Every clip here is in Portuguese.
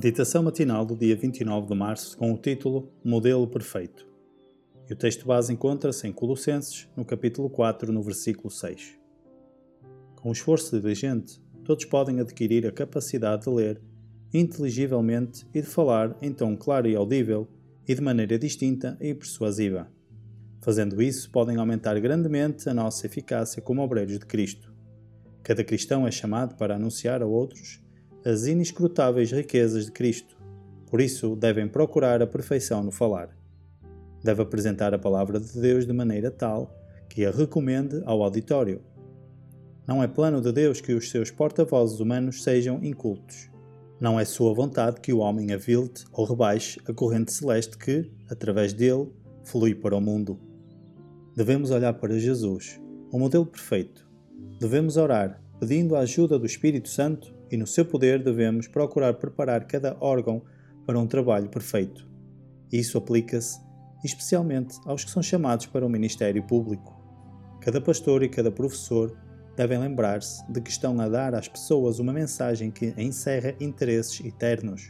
Meditação matinal do dia 29 de março com o título Modelo Perfeito. E o texto base encontra-se em Colossenses, no capítulo 4, no versículo 6. Com o esforço diligente, todos podem adquirir a capacidade de ler inteligivelmente e de falar em tom claro e audível e de maneira distinta e persuasiva. Fazendo isso, podem aumentar grandemente a nossa eficácia como obreiros de Cristo. Cada cristão é chamado para anunciar a outros as inescrutáveis riquezas de Cristo. Por isso, devem procurar a perfeição no falar. Deve apresentar a palavra de Deus de maneira tal que a recomende ao auditório. Não é plano de Deus que os seus porta-vozes humanos sejam incultos. Não é sua vontade que o homem avilte ou rebaixe a corrente celeste que, através dele, flui para o mundo. Devemos olhar para Jesus, o modelo perfeito. Devemos orar, pedindo a ajuda do Espírito Santo, e no seu poder devemos procurar preparar cada órgão para um trabalho perfeito. Isso aplica-se especialmente aos que são chamados para o ministério público. Cada pastor e cada professor devem lembrar-se de que estão a dar às pessoas uma mensagem que encerra interesses eternos.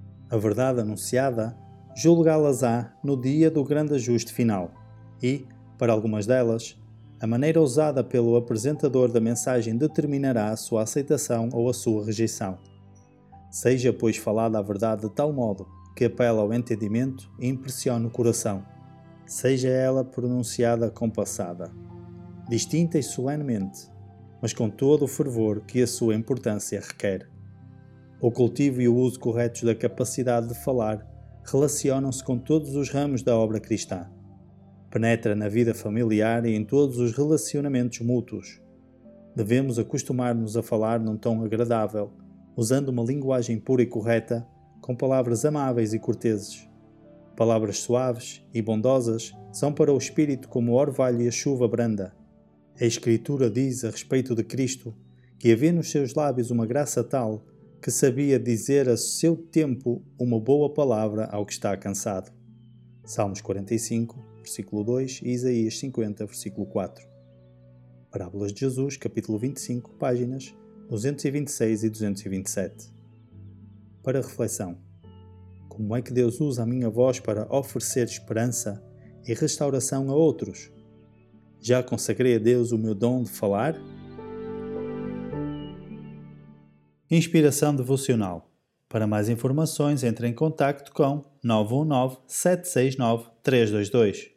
A verdade anunciada julgá-las-á no dia do grande ajuste final e, para algumas delas, a maneira usada pelo apresentador da mensagem determinará a sua aceitação ou a sua rejeição. Seja, pois, falada a verdade de tal modo que apela ao entendimento e impressione o coração. Seja ela pronunciada compassada, distinta e solenemente, mas com todo o fervor que a sua importância requer. O cultivo e o uso corretos da capacidade de falar relacionam-se com todos os ramos da obra cristã. Penetra na vida familiar e em todos os relacionamentos mútuos. Devemos acostumar-nos a falar num tom agradável, usando uma linguagem pura e correta, com palavras amáveis e corteses. Palavras suaves e bondosas são para o espírito como o orvalho e a chuva branda. A Escritura diz a respeito de Cristo que havia nos seus lábios uma graça tal que sabia dizer a seu tempo uma boa palavra ao que está cansado. Salmos 45, versículo 2 e Isaías 50, versículo 4. Parábolas de Jesus, capítulo 25, páginas 226 e 227. Para reflexão: como é que Deus usa a minha voz para oferecer esperança e restauração a outros? Já consagrei a Deus o meu dom de falar? Inspiração devocional. Para mais informações, entre em contacto com 919 769 322.